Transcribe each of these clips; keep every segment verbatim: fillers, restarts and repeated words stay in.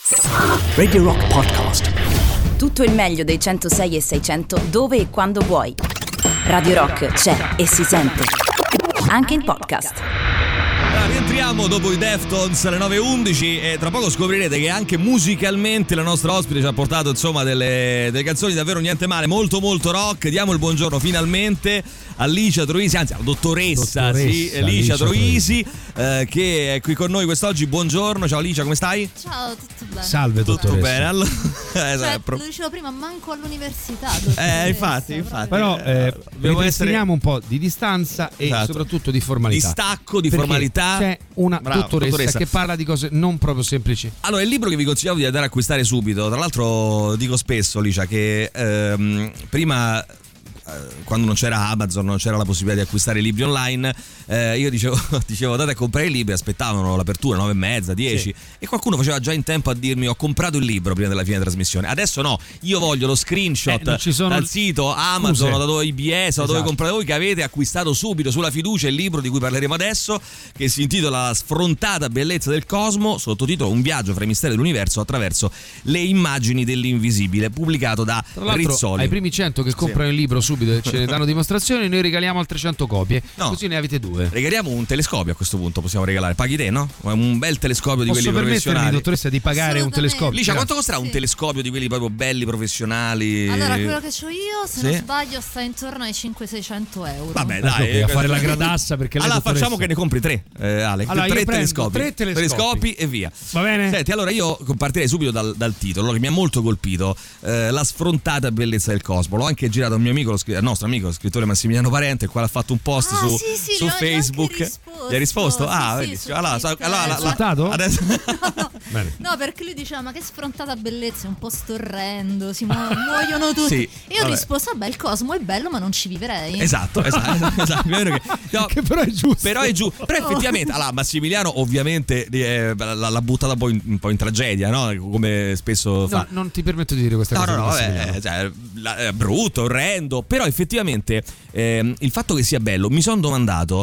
Radio Rock Podcast. Tutto il meglio dei centosei e seicento dove e quando vuoi. Radio Rock c'è e si sente anche in podcast. Allora, rientriamo dopo i Deftones alle nove e undici e tra poco scoprirete che anche musicalmente la nostra ospite ci ha portato insomma delle, delle canzoni davvero niente male, molto molto rock. Diamo il buongiorno finalmente a Licia Troisi, anzi alla dottoressa, dottoressa sì, Licia, Licia Troisi, eh, che è qui con noi quest'oggi. Buongiorno, ciao Licia, come stai? Ciao, tutto bene. Salve dottoressa. Tutto bene, allora, cioè, lo dicevo prima, manco all'università. Eh, infatti, infatti. Però eh, dobbiamo essere un po' di distanza e esatto. soprattutto di formalità. Di stacco, di Perché formalità. C'è una Bravo, dottoressa, dottoressa che parla di cose non proprio semplici. Allora, il libro che vi consigliavo di andare a acquistare subito, tra l'altro dico spesso, Licia, che ehm, prima, quando non c'era Amazon, non c'era la possibilità di acquistare i libri online, eh, io dicevo, dicevo andate a comprare i libri, aspettavano l'apertura nove e mezza, dieci, sì. E qualcuno faceva già in tempo a dirmi ho comprato il libro prima della fine della trasmissione. Adesso no, io voglio lo screenshot eh, ci sono dal sito Amazon, Scuse. da dove I B S, esatto. Da dove comprate voi, che avete acquistato subito sulla fiducia il libro di cui parleremo adesso, che si intitola La sfrontata bellezza del cosmo, sottotitolo Un viaggio fra i misteri dell'universo attraverso le immagini dell'invisibile, pubblicato da Rizzoli. Ai primi cento che comprano sì. il libro subito e ce ne danno dimostrazione, noi regaliamo altre cento copie, no. Così ne avete due. Regaliamo un telescopio a questo punto, possiamo regalare. Paghi te, no? Un bel telescopio di Posso quelli professionali. Dottoressa, di pagare un telescopio? Licia, quanto costerà sì. un telescopio di quelli proprio belli, professionali? Allora, quello che ho io, se sì? non sbaglio, sta intorno ai cinquecento-seicento euro. Vabbè, dai, okay, a fare la gradassa perché allora dottoressa... facciamo che ne compri tre, eh, Ale. Allora, tre, telescopi. tre telescopi. Telescopi e via. Va bene? Senti, allora io partirei subito dal, dal titolo, che mi ha molto colpito. Eh, la sfrontata bellezza del cosmo. L'ho anche girato a un mio amico, lo, il nostro amico, lo scrittore Massimiliano Parente, il quale ha fatto un post ah, su, sì, sì, su Facebook. Gli hai risposto? Ah, sì, vedi. sì, allora, sì, allora, la, la, adesso... no, no. no, perché lui diceva ma che sfrontata bellezza, è un po' storrendo, si mu- muoiono tutti. Sì, e io ho risposto vabbè, il cosmo è bello ma non ci vivrei. Esatto, esatto, esatto. Che, no, che però è giusto. Però è giusto. Però effettivamente, allora Massimiliano ovviamente eh, l'ha buttata un po' in, un po' in tragedia, no? Come spesso fa. No, non ti permetto di dire questa no, cosa. No, no, vabbè, cioè, la, è brutto, orrendo. Però effettivamente eh, il fatto che sia bello, mi sono domandato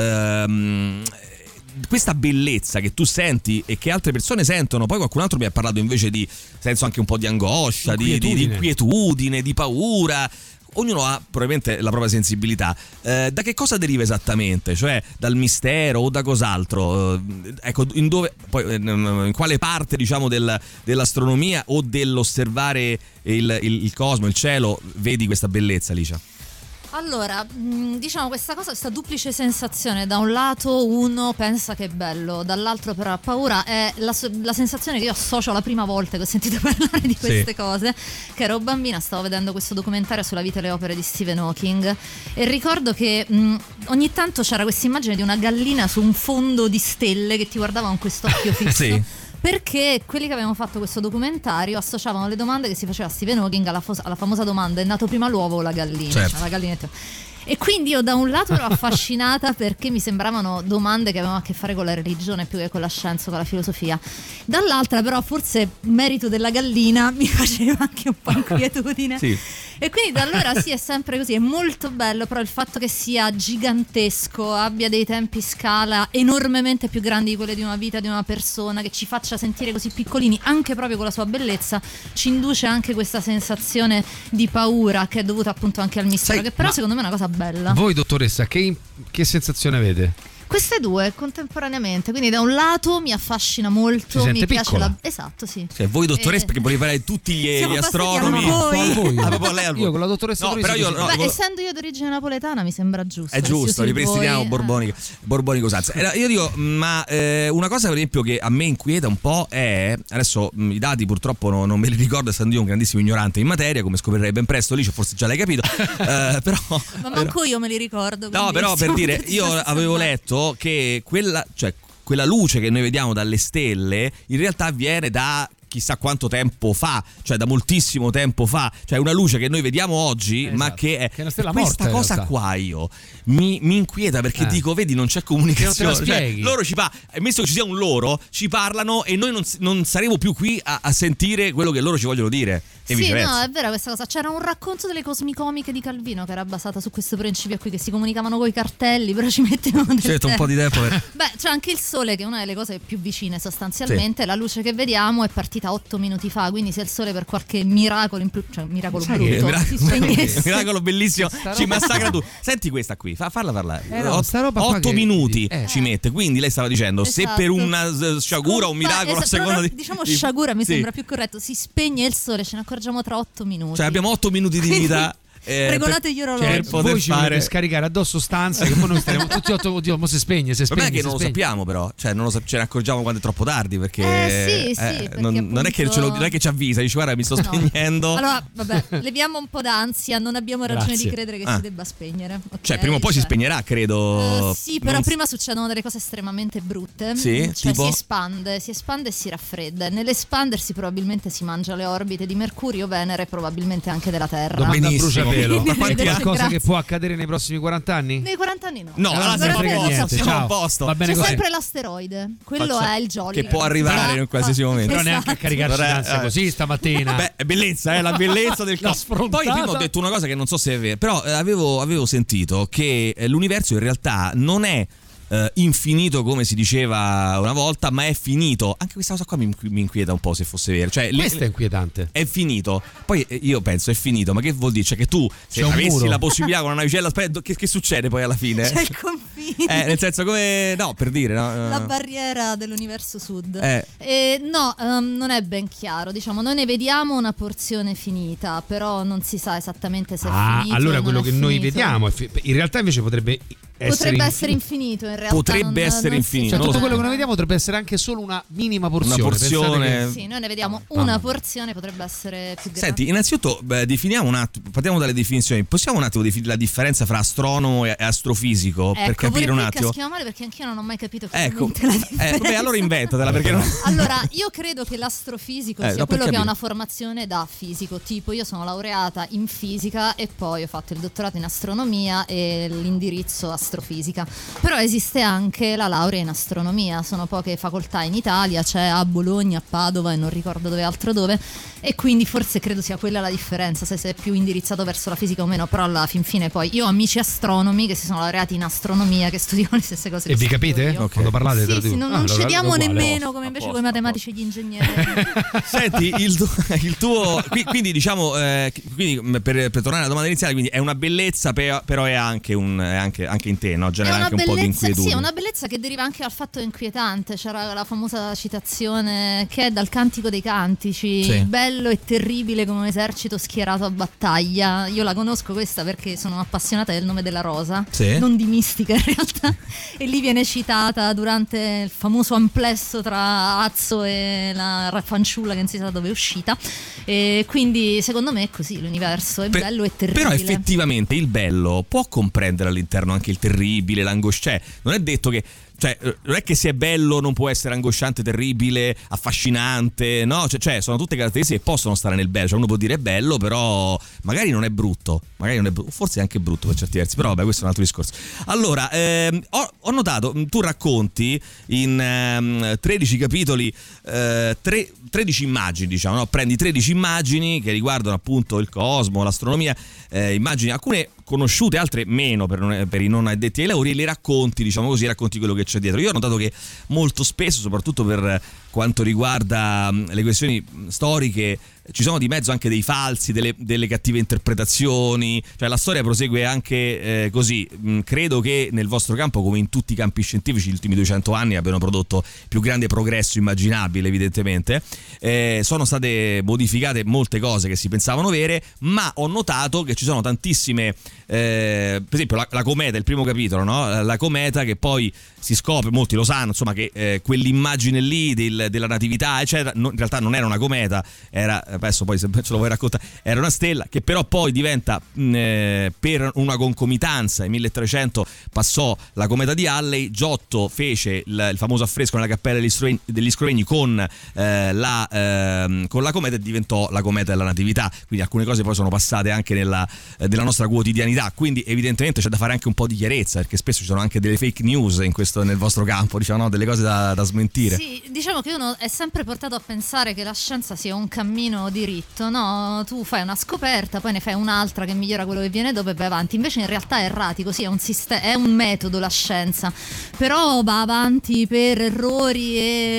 ehm, questa bellezza che tu senti e che altre persone sentono. Poi qualcun altro mi ha parlato invece di senso anche un po' di angoscia, di, di, di inquietudine, di paura. Ognuno ha probabilmente la propria sensibilità. Eh, da che cosa deriva esattamente? Cioè dal mistero o da cos'altro? Eh, ecco, in dove poi in quale parte, diciamo, del, dell'astronomia o dell'osservare il, il, il cosmo, il cielo, vedi questa bellezza, Licia? Allora, diciamo questa cosa, questa duplice sensazione, da un lato uno pensa che è bello, dall'altro però ha paura, è la, la sensazione che io associo alla prima volta che ho sentito parlare di queste sì. cose, che ero bambina, stavo vedendo questo documentario sulla vita e le opere di Stephen Hawking e ricordo che mh, ogni tanto c'era questa immagine di una gallina su un fondo di stelle che ti guardava con quest'occhio fisso. Sì. Perché quelli che avevano fatto questo documentario associavano le domande che si faceva a Stephen Hawking alla, fos- alla famosa domanda: è nato prima l'uovo o la gallina? Certo. Cioè, la gallinetta. E quindi io da un lato ero affascinata perché mi sembravano domande che avevano a che fare con la religione più che con la scienza, con la filosofia. Dall'altra però forse merito della gallina mi faceva anche un po' inquietudine. Sì. E quindi da allora sì, è sempre così, è molto bello, però il fatto che sia gigantesco, abbia dei tempi scala enormemente più grandi di quelli di una vita di una persona, che ci faccia sentire così piccolini anche proprio con la sua bellezza, ci induce anche questa sensazione di paura che è dovuta appunto anche al mistero. Sai, che però secondo me è una cosa bella. Voi dottoressa, che, che sensazione avete? Queste due contemporaneamente, quindi da un lato mi affascina molto, mi piace piccola. la... esatto, sì. Cioè, voi dottoressa, eh, perché volevi fare tutti gli, gli astronomi. Voi. voi. Ah, proprio lei al io con la dottoressa no, però io, no, Beh, con... essendo io d'origine napoletana mi sembra giusto. È giusto, ripristiniamo Borbonico, Borbonico Sanza. Io dico, ma eh, una cosa per esempio che a me inquieta un po' è, adesso mh, i dati purtroppo no, non me li ricordo, essendo io un grandissimo ignorante in materia, come scoprirei ben presto, lì forse già l'hai capito. eh, però, ma manco però, io me li ricordo. No, però per dire, io avevo letto che quella, cioè, quella luce che noi vediamo dalle stelle in realtà viene da chissà quanto tempo fa, cioè da moltissimo tempo fa, cioè una luce che noi vediamo oggi, esatto, ma che è, che è una stella questa morta, cosa qua io mi, mi inquieta perché eh. dico, vedi, non c'è comunicazione, non cioè, loro ci pa- messo che ci sia un loro, ci parlano e noi non, non saremo più qui a, a sentire quello che loro ci vogliono dire. E sì, viceversa. no, è vera questa cosa. C'era un racconto delle cosmicomiche di Calvino che era basata su questo principio qui, che si comunicavano coi cartelli, però ci mettevano del certo, un po' di tempo per... Beh, c'è anche il sole, che è una delle cose più vicine sostanzialmente. Sì. La luce che vediamo è partita finita otto minuti fa, quindi se il sole per qualche miracolo in più, cioè miracolo Sai brutto, che si miracolo, spegnesse. miracolo bellissimo, Sta ci roba- massacra tu. Senti questa qui, fa, farla parlare. Eh no, sta roba qua otto che- minuti eh. ci mette, quindi lei stava dicendo se Esatto. per una s- sciagura o un Scompa- miracolo a esatto, seconda però di diciamo di- sciagura mi sì. sembra più corretto, si spegne il sole, ce ne accorgiamo tra otto minuti. Cioè abbiamo otto minuti di vita. eh, Regolate per- gli orologi. Cioè, per poter voi ci fare- volete scaricare addosso stanze che poi noi staremo tutti otto, oddio, mo si spegne, si Il problema spegne, è che non si lo spegne. sappiamo però, cioè non lo sa- ce ne accorgiamo quando è troppo tardi perché, Eh, sì, sì, perché non, non è che ce lo, appunto- non è che ci avvisa, dici guarda mi sto No. spegnendo. Allora, vabbè, leviamo un po' d'ansia, non abbiamo ragione Grazie. di credere che Ah. si debba spegnere. ok? Cioè prima o poi si Cioè, spegnerà credo. eh, sì, però Non- prima succedono delle cose estremamente brutte. Sì, cioè tipo? si espande, si espande e si raffredda. Nell'espandersi probabilmente si mangia le orbite di Mercurio, Venere e probabilmente anche della Terra. Domanda a Benissimo. bruciapelo. Ma quanti Grazie. anni? Qualcosa che può accadere nei prossimi quaranta anni? Nei quaranta anni no. No, Ah, allora non siamo a frega posto, niente, siamo ciao. a posto. Va bene C'è così. sempre l'asteroide, quello Faccia- è il Jolly. che può arrivare in qualsiasi momento. Però Esatto. neanche a caricarci Vorrei- d'ansia eh. così stamattina. Beh, è bellezza, è la bellezza del La caso. Poi sfrontata. prima ho detto una cosa che non so se è vera, però eh, avevo, avevo sentito che eh, l'universo in realtà non è eh, infinito come si diceva una volta, ma è finito. Anche questa cosa qua mi, mi inquieta un po' se fosse vero. Cioè, le- Questo è inquietante. è finito. Poi eh, io penso è finito, ma che vuol dire? Cioè che tu se C'è un avessi muro. la possibilità con una navicella, aspetta, che, che succede poi alla fine? C'è il confine. Eh, nel senso come no, per dire, no? La barriera dell'universo sud. Eh. Eh, no, ehm, non è ben chiaro. Diciamo, noi ne vediamo una porzione finita, però non si sa esattamente se è Ah, finito. allora o non quello è che noi finito. vediamo è fi- in realtà invece potrebbe essere Potrebbe in- essere infinito in realtà. Potrebbe non- essere non si infinito, Cioè, non lo tutto so. quello che noi vediamo potrebbe essere anche solo una minima porzione. Una porzione. Pensate che- Sì, noi ne vediamo Mamma una mia. porzione, potrebbe essere più grande. Senti, innanzitutto beh, definiamo un attimo, partiamo dalle definizioni. Possiamo un attimo definire la differenza fra astronomo e astrofisico ecco, per capire un pure qui attimo? caschiamo male perché anch'io non ho mai capito Ecco, chiaramente la differenza. eh, vabbè, allora inventatela perché non... Allora, io credo che l'astrofisico Eh, sia no, per quello che ha capire. una formazione da fisico, tipo io sono laureata in fisica e poi ho fatto il dottorato in astronomia e l'indirizzo astrofisica. Però esiste anche la laurea in astronomia, sono poche facoltà in Italia, c'è a Bologna, a Padova e non ricordo dove altro dove, e quindi forse credo sia quella la differenza, se sei più indirizzato verso la fisica o meno, però alla fin fine poi io ho amici astronomi che si sono laureati in astronomia, che studiano le stesse cose. E che vi studio capite? io. Quando parlate Sì, te lo sì, dico. non, Ah, non allora, cediamo uguale. nemmeno A come invece posto, con i a matematici e gli ingegneri. Senti, il, tu- il tuo... qui- Quindi diciamo, eh, quindi per, per tornare alla domanda iniziale, quindi è una bellezza pe- però è anche, un, è anche, anche in te, no? È Genera una anche un po' di bellezza, inquietudine. sì, è una bellezza che deriva anche dal fatto inquietante. C'era la famosa citazione che è dal Cantico dei Cantici, Sì. bello e terribile come un esercito schierato a battaglia. Io la conosco questa perché sono appassionata del Nome della Rosa, Sì. non di mistica in realtà, e lì viene citata durante il famoso amplesso tra Azzo e la fanciulla che non si sa dove è uscita, e quindi secondo me è così l'universo, è Per- bello e terribile. Però effettivamente il bello può comprendere all'interno anche il terribile, l'angoscia. Cioè, non è detto che. Cioè, non è che se è bello non può essere angosciante, terribile, affascinante, no? Cioè, cioè, sono tutte caratteristiche che possono stare nel bello. Cioè, uno può dire è bello, però magari non è brutto. Magari non è brutto, forse è anche brutto per certi versi, però vabbè, questo è un altro discorso. Allora, ehm, ho, ho notato, tu racconti in ehm, tredici capitoli, eh, tre, tredici immagini, diciamo, no? Prendi tredici immagini che riguardano appunto il cosmo, l'astronomia, eh, immagini, alcune conosciute, altre meno per, non- per i non addetti ai lavori, e le racconti, diciamo così, racconti quello che c'è dietro. Io ho notato che molto spesso, soprattutto per quanto riguarda mh, le questioni mh, storiche, ci sono di mezzo anche dei falsi, delle, delle cattive interpretazioni, cioè la storia prosegue anche eh, così. Mh, credo che nel vostro campo, come in tutti i campi scientifici, gli ultimi duecento anni abbiano prodotto il più grande progresso immaginabile, evidentemente. Eh, sono state modificate molte cose che si pensavano vere, ma ho notato che ci sono tantissime, eh, per esempio la, la cometa, il primo capitolo, no? La cometa che poi si scopre, molti lo sanno, insomma, che eh, quell'immagine lì del, della natività, eccetera, no, in realtà non era una cometa, era, adesso poi se ce lo vuoi raccontare, era una stella che però poi diventa, mh, eh, per una concomitanza, nel milletrecento passò la cometa di Halley, Giotto fece il, il famoso affresco nella cappella degli Scrovegni, degli Scrovegni con, eh, la, eh, con la cometa, e diventò la cometa della natività, quindi alcune cose poi sono passate anche nella, eh, della nostra quotidianità, quindi evidentemente c'è da fare anche un po' di chiarezza, perché spesso ci sono anche delle fake news in questo, nel vostro campo, diciamo, no? Delle cose da, da smentire. Sì, diciamo che che uno è sempre portato a pensare che la scienza sia un cammino diritto, no? Tu fai una scoperta, poi ne fai un'altra che migliora quello che viene dopo e vai avanti. Invece in realtà è erratico, sì, è un sistema, è un metodo la scienza, però va avanti per errori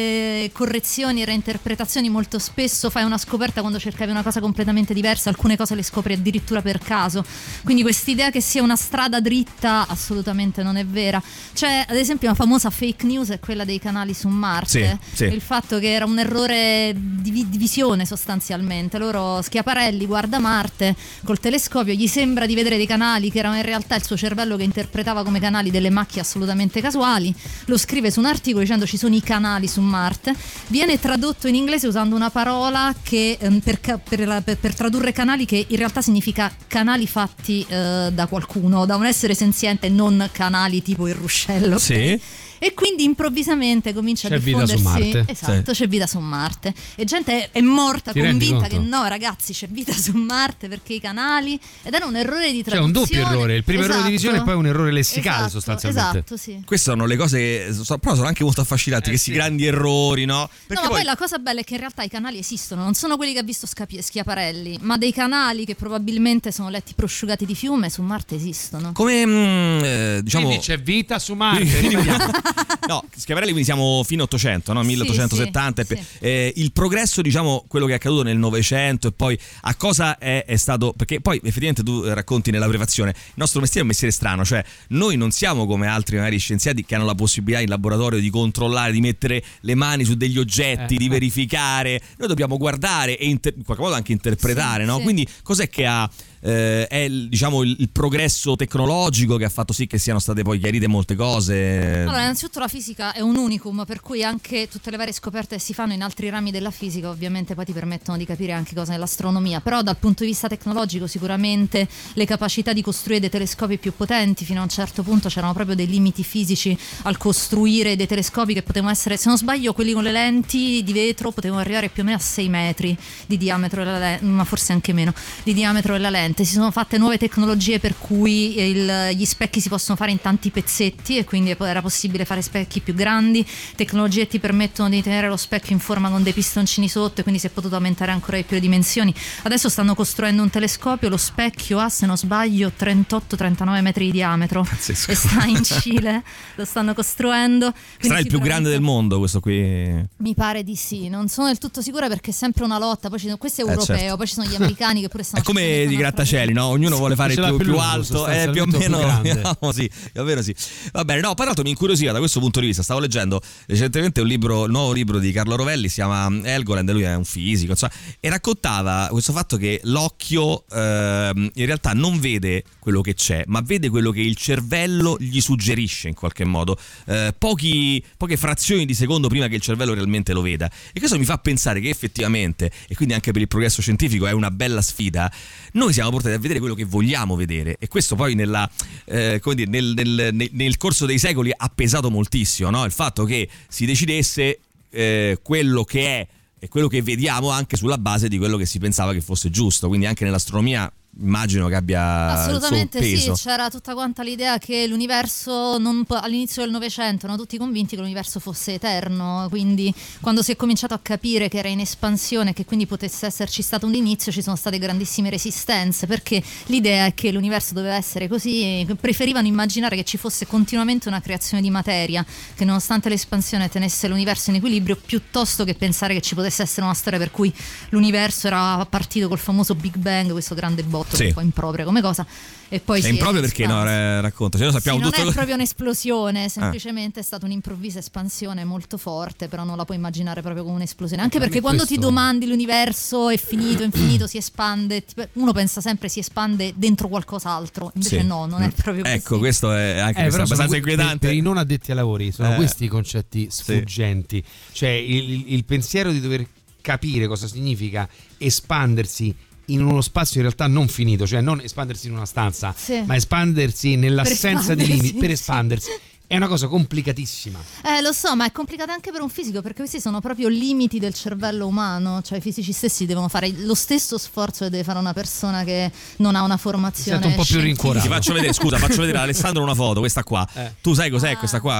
e correzioni e reinterpretazioni. Molto spesso fai una scoperta quando cercavi una cosa completamente diversa, alcune cose le scopri addirittura per caso. Quindi quest'idea che sia una strada dritta assolutamente non è vera. C'è ad esempio una famosa fake news, è quella dei canali su Marte, sì, sì. Il fatto che era un errore di, di visione sostanzialmente. Loro, Schiaparelli guarda Marte col telescopio, gli sembra di vedere dei canali che erano in realtà il suo cervello che interpretava come canali delle macchie assolutamente casuali, lo scrive su un articolo dicendo ci sono i canali su Marte, viene tradotto in inglese usando una parola che ehm, per, per, la, per, per tradurre canali, che in realtà significa canali fatti eh, da qualcuno, da un essere senziente, non canali tipo il ruscello. Sì. Okay? E quindi improvvisamente comincia c'è a diffondersi. Vita su Marte. Esatto, sì. C'è vita su Marte. E gente è morta Ti rendi convinta conto? che no, ragazzi, c'è vita su Marte perché i canali. Ed era un errore di Cioè traduzione. un doppio errore, il primo Esatto. errore di visione e poi un errore lessicale, Esatto, sostanzialmente. Esatto, sì. Queste sono le cose che so, però sono anche molto affascinanti, Eh, questi sì. grandi errori, no? Perché No, ma poi, poi la cosa bella è che in realtà i canali esistono, non sono quelli che ha visto Scapi- Schiaparelli, ma dei canali che probabilmente sono letti prosciugati di fiume su Marte esistono. come mm, eh, diciamo Quindi c'è vita su Marte. Quindi vediamo. No, Schiaparelli, quindi siamo fine ottocento, no? milleottocentosettanta. Sì, e sì, pe- eh, il progresso, diciamo, quello che è accaduto nel Novecento e poi a cosa è, è stato. Perché poi effettivamente tu racconti nella prefazione, il nostro mestiere è un mestiere strano, cioè noi non siamo come altri magari scienziati che hanno la possibilità in laboratorio di controllare, di mettere le mani su degli oggetti, Eh. di verificare. Noi dobbiamo guardare e inter- in qualche modo anche interpretare, Sì, no? sì. Quindi cos'è che ha. Eh, è il, diciamo il, il progresso tecnologico che ha fatto sì che siano state poi chiarite molte cose. Allora, innanzitutto la fisica è un unicum, per cui anche tutte le varie scoperte che si fanno in altri rami della fisica ovviamente poi ti permettono di capire anche cosa è l'astronomia. Però dal punto di vista tecnologico sicuramente le capacità di costruire dei telescopi più potenti, fino a un certo punto c'erano proprio dei limiti fisici al costruire dei telescopi che potevano essere, se non sbaglio, quelli con le lenti di vetro potevano arrivare più o meno a sei metri di diametro della lente, ma forse anche meno, di diametro della lente. Si sono fatte nuove tecnologie per cui il, gli specchi si possono fare in tanti pezzetti e quindi era possibile fare specchi più grandi. Tecnologie che ti permettono di tenere lo specchio in forma con dei pistoncini sotto e quindi si è potuto aumentare ancora di più le dimensioni. Adesso stanno costruendo un telescopio, lo specchio ha, se non sbaglio, trentotto trentanove metri di diametro. Pazzesco. E sta in Cile, lo stanno costruendo. Sarà il più grande del mondo questo qui. Mi pare di sì, non sono del tutto sicura perché è sempre una lotta. Poi ci sono, questo è Eh, europeo, certo. poi ci sono gli americani che pure stanno È come cercando di di fare un'altra grattacieli, no? Ognuno vuole fare Ce il l'ha più, più più lungo, alto, è più o sostanzialmente meno. più grande. No, sì, davvero sì. Va bene, no, poi tra l'altro mi incuriosiva da questo punto di vista. Stavo leggendo recentemente un libro, il nuovo libro di Carlo Rovelli, si chiama Helgoland, lui è un fisico, insomma, e raccontava questo fatto che l'occhio ehm, in realtà non vede quello che c'è, ma vede quello che il cervello gli suggerisce in qualche modo, eh, pochi, poche frazioni di secondo prima che il cervello realmente lo veda. E questo mi fa pensare che effettivamente, e quindi anche per il progresso scientifico è una bella sfida, noi siamo portati a vedere quello che vogliamo vedere, e questo poi nella, eh, come dire, nel, nel, nel, nel corso dei secoli ha pesato moltissimo, no? Il fatto che si decidesse eh, quello che è e quello che vediamo anche sulla base di quello che si pensava che fosse giusto, quindi anche nell'astronomia immagino che abbia assolutamente il suo peso. sì, c'era tutta quanta l'idea che l'universo non, all'inizio del Novecento erano tutti convinti che l'universo fosse eterno, quindi quando si è cominciato a capire che era in espansione, che quindi potesse esserci stato un inizio, ci sono state grandissime resistenze, perché l'idea è che l'universo doveva essere così e preferivano immaginare che ci fosse continuamente una creazione di materia che nonostante l'espansione tenesse l'universo in equilibrio, piuttosto che pensare che ci potesse essere una storia per cui l'universo era partito col famoso Big Bang, questo grande botto. Sì. Un po' impropria come cosa, e poi È si improprio è perché no, espanso. eh, racconta, ce lo sappiamo Sì, non tutto. è proprio un'esplosione, semplicemente è stata un'improvvisa espansione molto forte, però non la puoi immaginare proprio come un'esplosione, anche perché quando questo- ti domandi l'universo è finito, è infinito, si espande, ti- uno pensa sempre si espande dentro qualcos'altro, invece Sì. no, non è proprio così. Ecco, questo è anche Eh, questo è però sono abbastanza que- inquietante. per, per i non addetti ai lavori sono Eh. questi i concetti sfuggenti, cioè il, il- il pensiero di dover capire cosa significa espandersi in uno spazio in realtà non finito, cioè non espandersi in una stanza, Sì. ma espandersi nell'assenza di espandersi, limiti per sì. espandersi. È una cosa complicatissima. Eh, lo so, ma è complicata anche per un fisico, perché questi sono proprio limiti del cervello umano, cioè i fisici stessi devono fare lo stesso sforzo che deve fare una persona che non ha una formazione Mi sento un po' più scientifica. rincuorato. Ti faccio vedere, scusa, faccio vedere a Alessandro una foto, questa qua. Eh. Tu sai cos'è Ah. questa qua?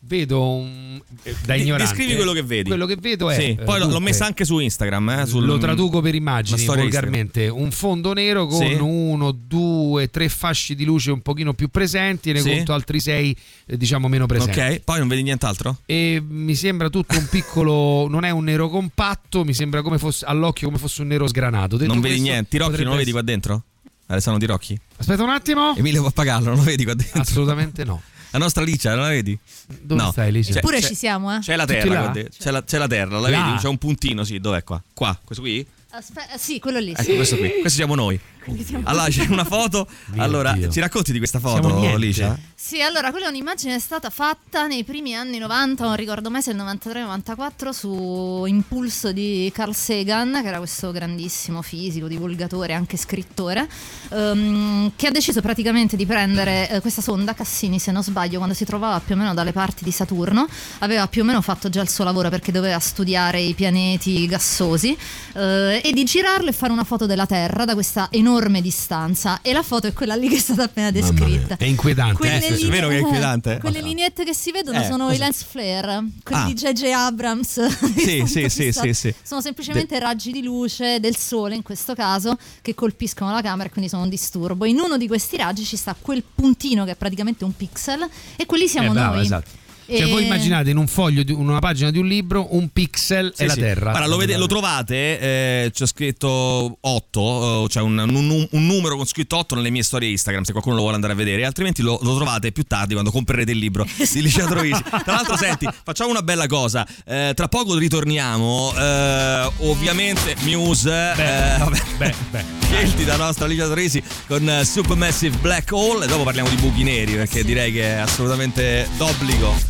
vedo un, eh, da ignorante. Descrivi quello che vedi. Quello che vedo è sì, eh, poi dunque, l'ho messa anche su Instagram, eh, sul, lo traduco per immagini volgarmente: un fondo nero con sì. uno, due, tre fasci di luce un pochino più presenti, ne sì. conto altri sei eh, diciamo meno presenti. Ok, poi non vedi nient'altro? E mi sembra tutto un piccolo, non è un nero compatto, mi sembra come fosse all'occhio come fosse un nero sgranato. Detto non vedi questo, niente, Tirocchi non lo vedi essere... qua dentro? Alessandro Tirocchi? Aspetta un attimo. Emilio Pappagallo, non lo vedi qua dentro? Assolutamente no. La nostra Licia, non la vedi? Dove no. stai, Licia? C'è, Pure c'è, ci siamo, eh. C'è la Tutti terra, là? guarda, c'è, la, c'è la terra, la Là. vedi? C'è un puntino, sì, dov'è qua? Qua, questo qui? Aspetta, sì, quello lì. Ecco, Sì. questo qui, questo siamo noi. Allora c'è una foto. Mio allora, Dio. ci racconti di questa Siamo foto, niente. Licia? Sì, allora quella è un'immagine che è stata fatta nei primi anni novanta, non ricordo mai se il novantatré novantaquattro, su impulso di Carl Sagan, che era questo grandissimo fisico, divulgatore, anche scrittore, um, che ha deciso praticamente di prendere eh, questa sonda Cassini, se non sbaglio, quando si trovava più o meno dalle parti di Saturno. Aveva più o meno fatto già il suo lavoro perché doveva studiare i pianeti gassosi, eh, e di girarlo e fare una foto della Terra da questa enorme distanza, e la foto è quella lì che è stata appena descritta. È inquietante. Quelle Eh, è vero che è inquietante, eh? Quelle lineette che si vedono Eh, sono cosa? i lens flare, quelli Ah. di J J Abrams. Sì, sì, sì, sì, sì. Sono semplicemente raggi di luce del sole, in questo caso, che colpiscono la camera e quindi sono un disturbo. In uno di questi raggi ci sta quel puntino che è praticamente un pixel, e quelli siamo Eh, brava, noi. esatto. Cioè, E- voi immaginate in un foglio di una pagina di un libro un pixel Sì, e la sì. Terra. Guarda, lo, vede- lo trovate, eh, c'è scritto otto, eh, c'è un, un- un numero con scritto otto nelle mie storie Instagram, se qualcuno lo vuole andare a vedere, altrimenti lo, lo trovate più tardi quando comprerete il libro di Licia Troisi. Tra l'altro, senti, facciamo una bella cosa, eh, tra poco ritorniamo, eh, ovviamente Muse, Beh, eh, vabbè, beh, beh. scelti da nostra Licia Troisi con eh, Supermassive Black Hole, e dopo parliamo di buchi neri, perché direi che è assolutamente d'obbligo.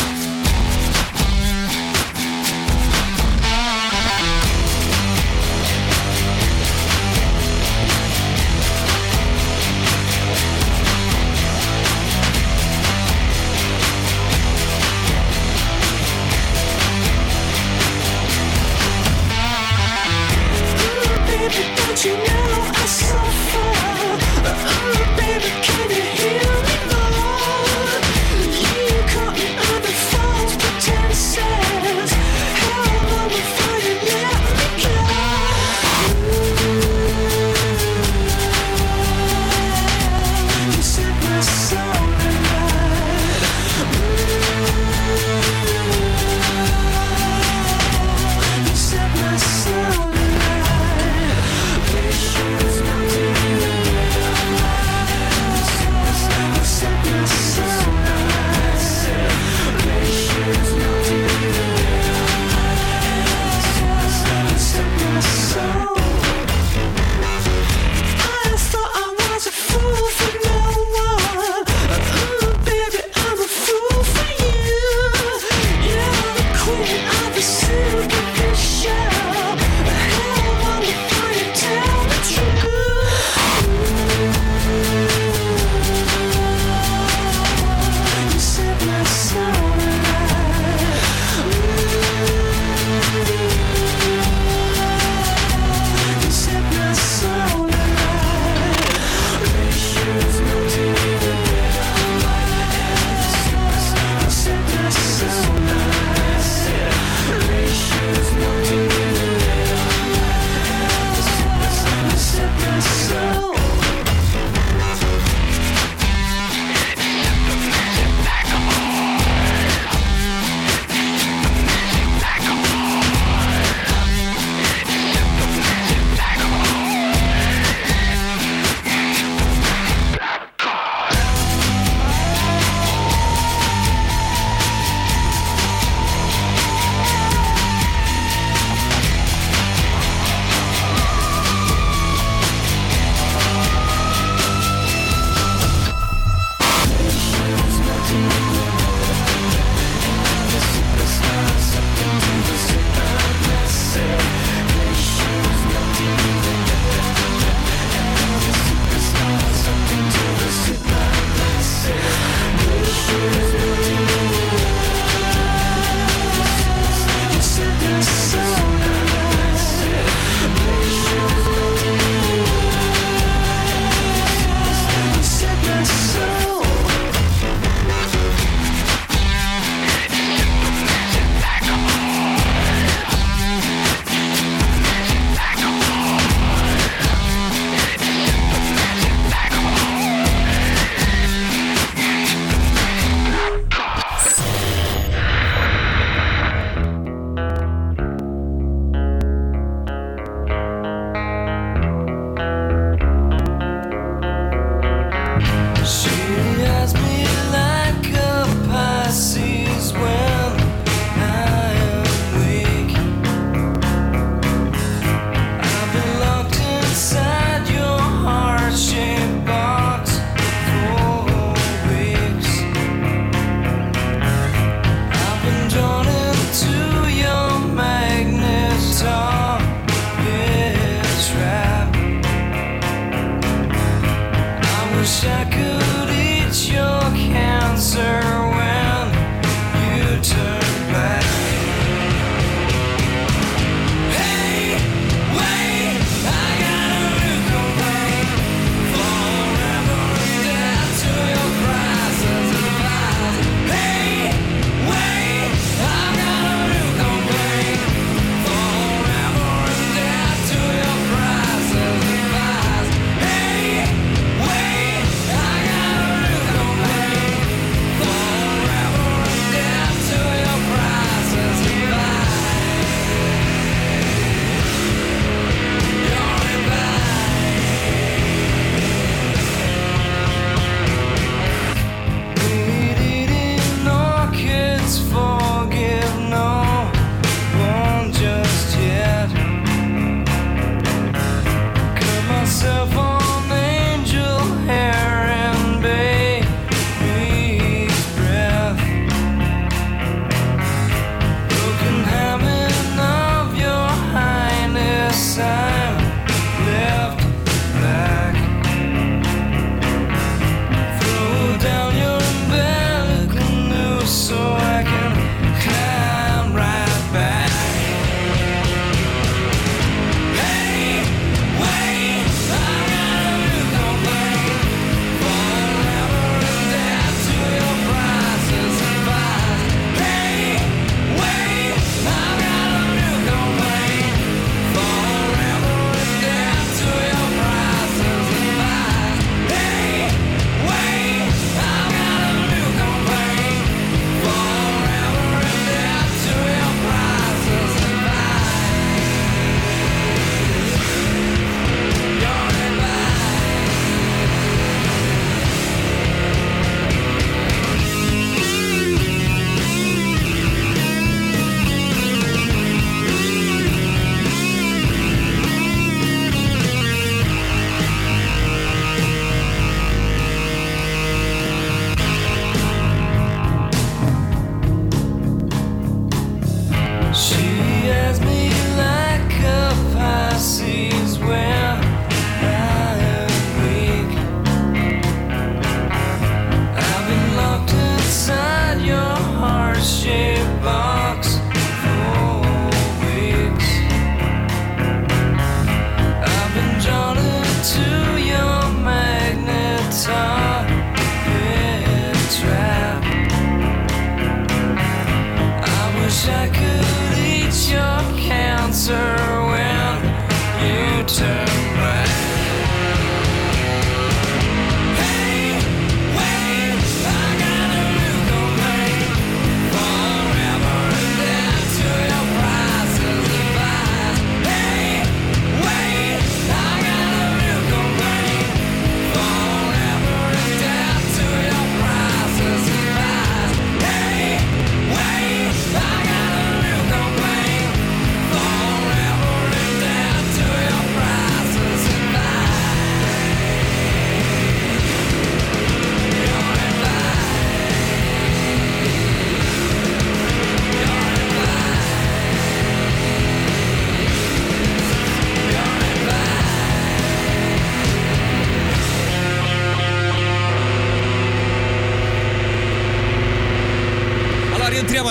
You know I suffer. Oh, baby, can you hear me, Lord? You caught me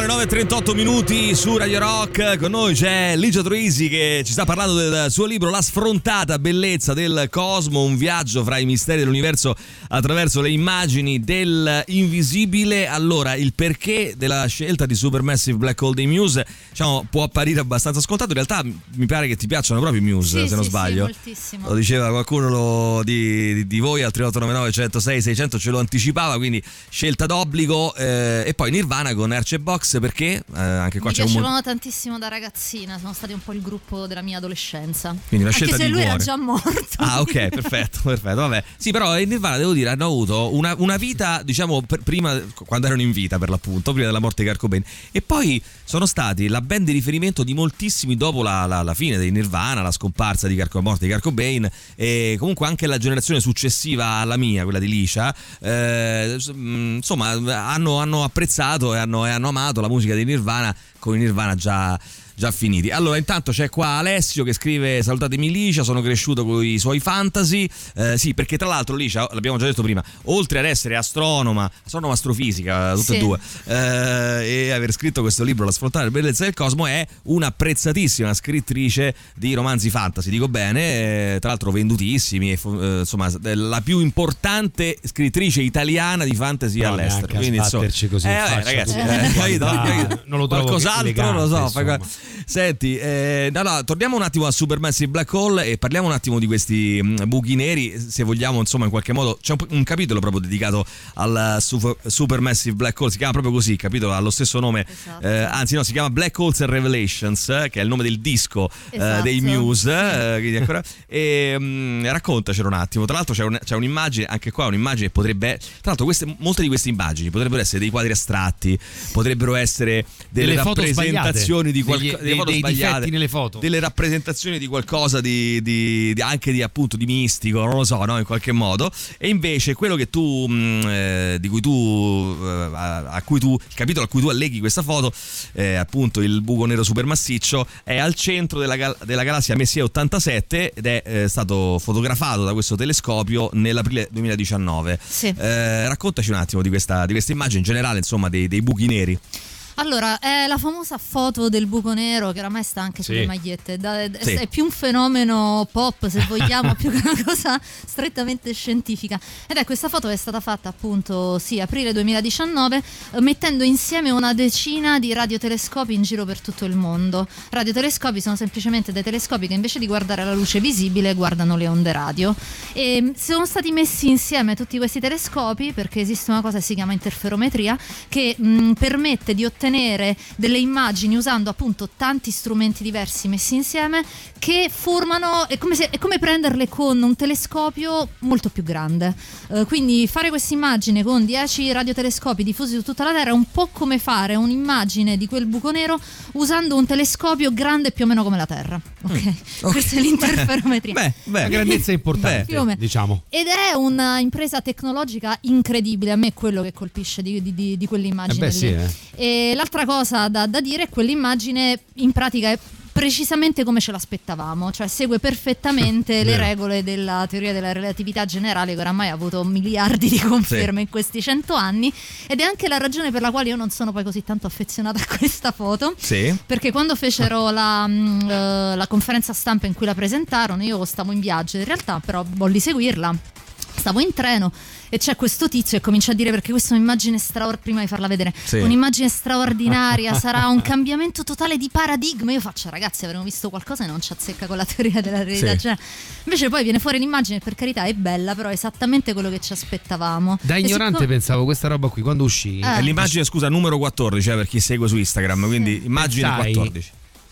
le nove e trentotto minuti su Radio Rock. Con noi c'è Ligia Troisi che ci sta parlando del suo libro La sfrontata bellezza del cosmo, un viaggio fra i misteri dell'universo attraverso le immagini dell'invisibile. Allora, il perché della scelta di Supermassive Black Hole dei Muse, diciamo, può apparire abbastanza scontato. In realtà mi pare che ti piacciono proprio i Muse, sì, se non sì, sbaglio. Sì, moltissimo. Lo diceva qualcuno lo, di, di, di voi al tre otto nove nove uno zero sei sei zero zero, ce lo anticipava, quindi scelta d'obbligo. Eh, e poi Nirvana con Archie Box, perché eh, anche qua mi c'è un piacevano tantissimo da ragazzina, sono stati un po' il gruppo della mia adolescenza. Quindi una anche scelta se di lui cuore. era già morto. Ah, ok, perfetto, perfetto, vabbè. Sì, però in Nirvana, devo dire, hanno avuto una, una vita, diciamo, per, prima, quando erano in vita per l'appunto, prima della morte di Kurt Cobain, e poi sono stati la band di riferimento di moltissimi dopo la, la, la fine dei Nirvana, la scomparsa di Kurt, la morte di Kurt Cobain, e comunque anche la generazione successiva alla mia, quella di Licia, eh, insomma, hanno, hanno apprezzato e hanno, e hanno amato la musica dei Nirvana, con i Nirvana già già finiti. Allora, intanto c'è qua Alessio che scrive: salutatemi Licia, sono cresciuto con i suoi fantasy. Eh, sì, perché tra l'altro Licia, l'abbiamo già detto prima, oltre ad essere astronoma, astronoma astrofisica, tutte sì. e due, eh, e aver scritto questo libro La sfrontata bellezza del cosmo, è un'apprezzatissima scrittrice di romanzi fantasy, dico bene, eh, tra l'altro vendutissimi, e, eh, insomma, la più importante scrittrice italiana di fantasy Però all'estero. Quindi insomma, insomma, così eh, in vabbè, faccia, ragazzi, tu- eh, capito, Ah, capito? non lo trovo qualcos'altro, elegante, non lo so. insomma. Fai- Senti, eh, no, no, torniamo un attimo a Supermassive Black Hole e parliamo un attimo di questi mh, buchi neri, se vogliamo, insomma, in qualche modo c'è un, un capitolo proprio dedicato al super, Supermassive Black Hole, si chiama proprio così, il capitolo ha lo stesso nome, esatto. eh, anzi no, si chiama Black Holes and Revelations, eh, che è il nome del disco eh, Esatto. dei Muse, eh, quindi ancora, e mh, raccontacelo un attimo. Tra l'altro c'è, un, c'è un'immagine, anche qua un'immagine che potrebbe, tra l'altro queste, molte di queste immagini potrebbero essere dei quadri astratti, potrebbero essere delle, Delle foto rappresentazioni di sbagliate, qualcosa, degli- dei difetti nelle foto, delle rappresentazioni di qualcosa di, di, di anche di appunto di mistico, non lo so, no, in qualche modo. E invece quello che tu mh, eh, di cui tu eh, a, a cui tu il capitolo a cui tu alleghi questa foto, eh, appunto il buco nero supermassiccio, è al centro della, gal- della galassia Messier ottantasette ed è eh, stato fotografato da questo telescopio nell'aprile duemiladiciannove. Sì. Eh, raccontaci un attimo di questa, di questa immagine in generale, insomma, dei, dei buchi neri. Allora, è la famosa foto del buco nero che oramai sta anche Sì. sulle magliette. Da- Sì. È più un fenomeno pop, se vogliamo, più che una cosa strettamente scientifica. Ed è questa foto che è stata fatta appunto, sì, aprile duemiladiciannove, eh, mettendo insieme una decina di radiotelescopi in giro per tutto il mondo. Radiotelescopi sono semplicemente dei telescopi che invece di guardare la luce visibile guardano le onde radio. E sono stati messi insieme tutti questi telescopi perché esiste una cosa che si chiama interferometria, che mh, permette di ottenere delle immagini usando appunto tanti strumenti diversi messi insieme, che formano, è come, se, è come prenderle con un telescopio molto più grande. Eh, quindi fare questa immagine con dieci radiotelescopi diffusi su tutta la Terra è un po' come fare un'immagine di quel buco nero usando un telescopio grande più o meno come la Terra. Ok, Mm, ok. questa è l'interferometria. Beh, beh, Una grandezza importante, Più o meno. diciamo. Ed è una impresa tecnologica incredibile, a me è quello che colpisce di, di, di, di quell'immagine Eh beh, sì, lì. eh. E l'altra cosa da, da dire è quell'immagine in pratica è precisamente come ce l'aspettavamo, cioè segue perfettamente le Vero. regole della teoria della relatività generale, che oramai ha avuto miliardi di conferme Sì. in questi cento anni, ed è anche la ragione per la quale io non sono poi così tanto affezionata a questa foto. Sì. Perché quando fecero la, mh, eh, la conferenza stampa in cui la presentarono, io stavo in viaggio, in realtà però volli seguirla, stavo in treno e c'è questo tizio e comincia a dire, perché questa è un'immagine straordinaria, prima di farla vedere, Sì. un'immagine straordinaria, sarà un cambiamento totale di paradigma. Io faccio, ragazzi, avremo visto qualcosa e non ci azzecca con la teoria della realtà. Sì. Cioè, invece poi viene fuori l'immagine, per carità è bella, però è esattamente quello che ci aspettavamo. Da E ignorante siccome- pensavo questa roba qui quando uscì. Eh. È l'immagine, scusa, numero quattordici, eh, per chi segue su Instagram, quindi immagine Pensai, quattordici.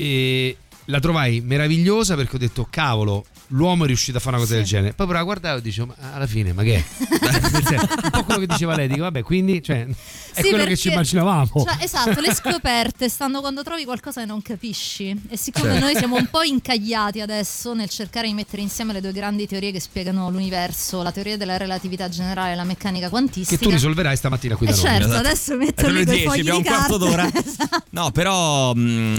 E la trovai meravigliosa perché ho detto, cavolo, l'uomo è riuscito a fare una cosa del genere. Poi però la guardavo e dicevo, ma alla fine, ma che è? Nel senso, un po' quello che diceva lei, dico, vabbè, quindi, cioè, è Sì, quello che perché- ci immaginavamo. Cioè, esatto, le scoperte stanno quando trovi qualcosa che non capisci. E siccome Sì. noi siamo un po' incagliati adesso nel cercare di mettere insieme le due grandi teorie che spiegano l'universo, la teoria della relatività generale e la meccanica quantistica, Che tu risolverai stamattina qui da Eh noi. certo, Esatto. adesso metto Alle lì quei dieci, fogli abbiamo di un quarto carta. d'ora. Esatto. No, però mh,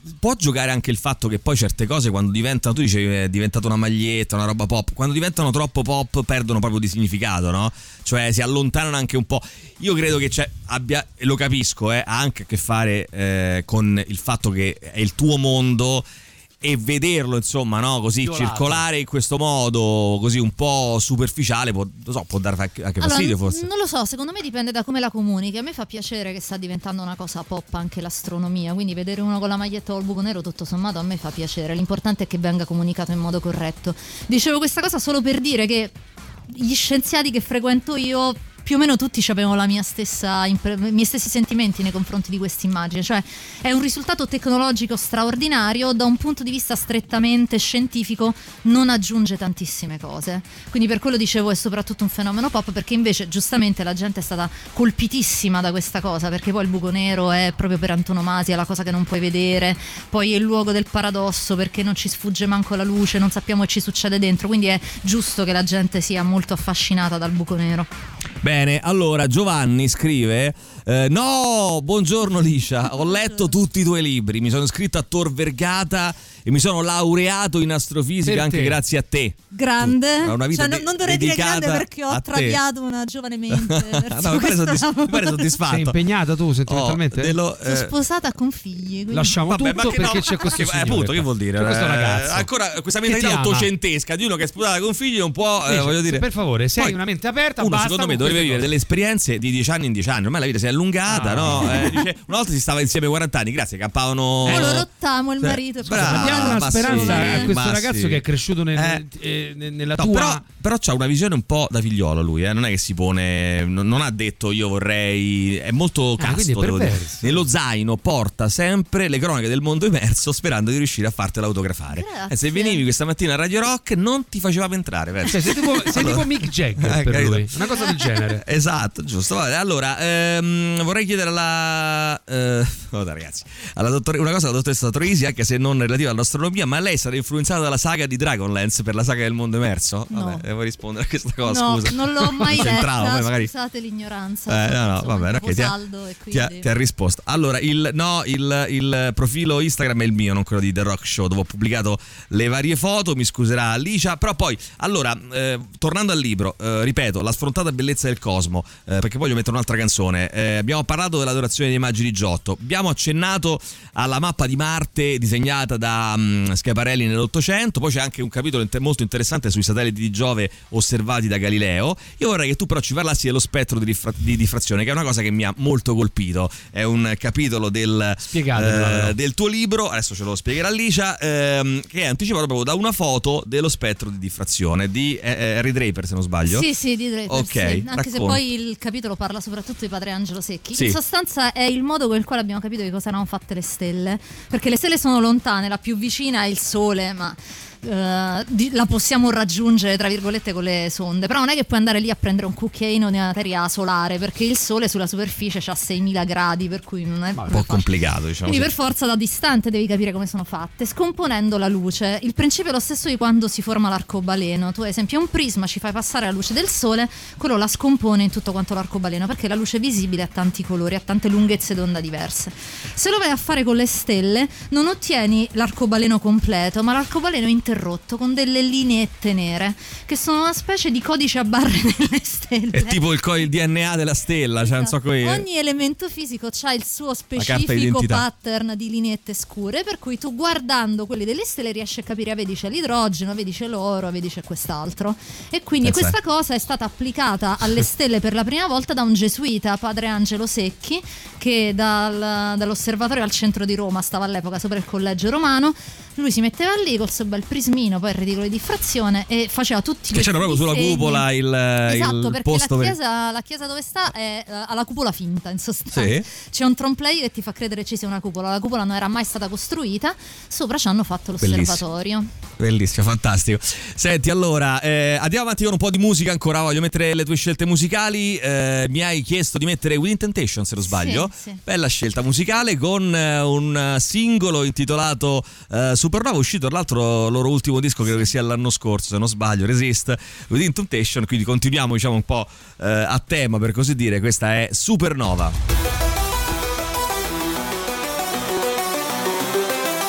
può giocare anche il fatto che poi certe cose quando diventano, tu dicevi è diventata una maglietta, una roba pop, quando diventano troppo pop perdono proprio di significato, no? Cioè si allontanano anche un po'. Io credo che c'è, abbia, e lo capisco, eh, ha anche a che fare eh, con il fatto che è il tuo mondo e vederlo insomma, no, così Violato. circolare in questo modo così un po' superficiale può, lo so, può dare anche Allora, fastidio forse. non lo so, secondo me dipende da come la comunichi. A me fa piacere che sta diventando una cosa pop anche l'astronomia, quindi vedere uno con la maglietta o il buco nero tutto sommato a me fa piacere. L'importante è che venga comunicato in modo corretto. Dicevo questa cosa solo per dire che gli scienziati che frequento io più o meno tutti avevano la mia stessa impre- i miei stessi sentimenti nei confronti di questa immagine, cioè è un risultato tecnologico straordinario, da un punto di vista strettamente scientifico non aggiunge tantissime cose, quindi per quello dicevo è soprattutto un fenomeno pop, perché invece giustamente la gente è stata colpitissima da questa cosa, perché poi il buco nero è proprio per antonomasia la cosa che non puoi vedere, poi è il luogo del paradosso perché non ci sfugge manco la luce, non sappiamo che ci succede dentro, quindi è giusto che la gente sia molto affascinata dal buco nero. Bene, allora Giovanni scrive eh, no, buongiorno Licia, ho letto tutti i tuoi libri, mi sono iscritto a Tor Vergata e mi sono laureato in astrofisica Per anche te. grazie a te. Grande, Tu, una vita cioè, de- non, non dovrei dire dedicata grande perché ho a te. traviato una giovane mente verso No, mi pare, questo soddisf- lavoro. mi pare soddisfatto. Sei impegnata tu sentimentalmente? Oh, dello, Sono eh, sposata con figli, quindi... Lasciamo Vabbè, tutto ma che perché no, c'è questo che- signore appunto, qua. che vuol dire? C'è questo Eh, ragazzo ancora questa che mentalità ti ama. ottocentesca di uno che è sposata con figli non può, eh, Invece, voglio dire. per favore, sei Poi, una mente aperta, uno basta secondo me con dovrebbe queste vivere delle esperienze di dieci anni in dieci anni. Ormai la vita si è allungata, Ah. no? Eh, dice, una volta si stava insieme quaranta anni, grazie, campavano. Poi lo rottamo il Cioè, marito e poi brava, andiamo Diamo una ma speranza sì, a questo ma ragazzo sì. che è cresciuto nel- Eh. eh, ne- nella No, tua però, però c'ha una visione un po' da figliolo lui, eh? Non è che si pone, non, non ha detto io vorrei, è molto Ah, quindi casto, è devo dire. perverso. Nello zaino porta sempre le cronache del mondo emerso sperando di riuscire a fartela autografare. Grazie. E se venivi questa mattina a Radio Rock non ti facevamo entrare, penso. Cioè, sei tipo, sei Allora. tipo Mick Jagger Eh, per capito. lui, una cosa del genere. Esatto, giusto. Vabbè, allora, ehm, vorrei chiedere alla eh, vabbè, ragazzi, alla dottore, una cosa alla dottoressa Troisi, anche se non relativa all'astronomia, ma lei sarà influenzata dalla saga di Dragonlance per la saga del mondo emerso? No. Vabbè, devo rispondere a questa cosa, no, scusa. non l'ho mai C'entrava, letta, poi magari. scusate l'ignoranza. Eh, no, no, Insomma, va bene, ok, ti ha, saldo e ti ha- quindi... ti ha risposto. Allora, il, no, il, il profilo Instagram è il mio, non quello di The Rock Show, dove ho pubblicato le varie foto, mi scuserà Alicia, però poi, allora, eh, tornando al libro, eh, ripeto, la sfrontata bellezza del cosmo, eh, perché voglio mettere un'altra canzone, eh, abbiamo parlato dell'adorazione delle immagini di Giotto, abbiamo accennato alla mappa di Marte disegnata da um, Schiaparelli nell'Ottocento, poi c'è anche un capitolo inter- molto interessante sui satelliti di Giove osservati da Galileo. Io vorrei che tu però ci parlassi dello spettro di, rifra- di diffrazione, che è una cosa che mi ha molto colpito, è un capitolo del, Spiegatemelo, però. del tuo libro, adesso ce lo spiegherà Alicia, ehm, che è anticipato proprio da una foto dello spettro di diffrazione di eh, Harry Draper, se non sbaglio. Sì, sì, di Draper, Ok, sì. Anche racconta. se poi il capitolo parla soprattutto di Padre Angelo Secchi. Sì. In sostanza è il modo con il quale abbiamo capito di cosa erano fatte le stelle. Perché le stelle sono lontane, la più vicina è il Sole, ma eh, di- la possiamo raggiungere tra virgolette con le sonde. Però non è che puoi andare lì a prendere un cucchiaino di materia solare, perché il Sole sulla superficie ha seimila gradi, per cui non è Un proprio po' facile. complicato, diciamo. Quindi Sì. per forza da distante devi capire come sono fatte, scomponendo la luce. Il principio è lo stesso di quando si forma l'arcobaleno. Tu ad esempio un prisma, ci fai passare la luce del sole, quello la scompone in tutto quanto l'arcobaleno, perché la luce visibile ha tanti colori, ha tante lunghezze d'onda diverse. Se lo vai a fare con le stelle non ottieni l'arcobaleno completo, ma l'arcobaleno interrotto con delle lineette nere, che sono una specie di codice a barre delle stelle. È tipo il, co- il D N A della stella, cioè non so come. Ogni elemento fisico ha il suo carta specifico d'identità. pattern di lineette scure, per cui tu guardando quelli delle stelle riesci a capire, ah, vedi c'è l'idrogeno, vedi c'è l'oro, vedi c'è quest'altro. E quindi Pensa. questa cosa è stata applicata alle stelle per la prima volta da un gesuita, Padre Angelo Secchi, che dal- dall'osservatorio al centro di Roma stava all'epoca sopra il collegio romano. Lui si metteva lì col suo bel prismino, poi il reticolo di diffrazione, e faceva tutti Che c'era proprio sulla disegni. cupola il, Esatto, il perché posto la per- chiesa, la chiesa dove sta è eh, ha la cupola finta, in sostanza. Sì. C'è un trompe-l'œil che ti fa credere ci sia una cupola. La cupola non era mai stata costruita, sopra ci hanno fatto l'osservatorio. Bellissimo, fantastico. Senti, allora, eh, andiamo avanti con un po' di musica ancora. Voglio mettere le tue scelte musicali. Eh, mi hai chiesto di mettere Within Temptation, se non sbaglio. Sì, sì. Bella scelta musicale con eh, un singolo intitolato eh, Supernova, uscito tra l'altro il loro ultimo disco, credo che sia l'anno scorso, se non sbaglio, Resist, Within Temptation. Quindi continuiamo, diciamo, un po' eh, a tema, per così dire. Questa è Supernova.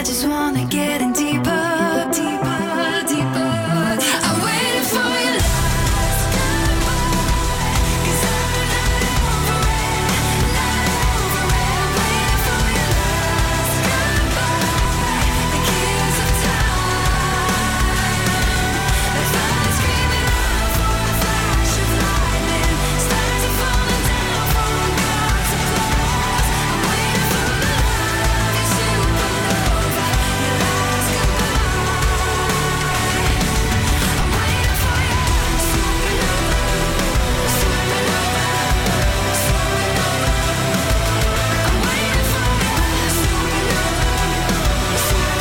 I just wanna get in deeper, deeper, deeper. I'm waiting for your last goodbye, 'cause I'm not over it, not over it. Waiting for your last goodbye, the keys of time. The fire's screaming out for a flash of lightning. Stars are falling down for God's applause. I'm waiting for the love, your supernova, your last goodbye. I'm waiting for your supernova, supernova, supernova. I'm waiting for your supernova,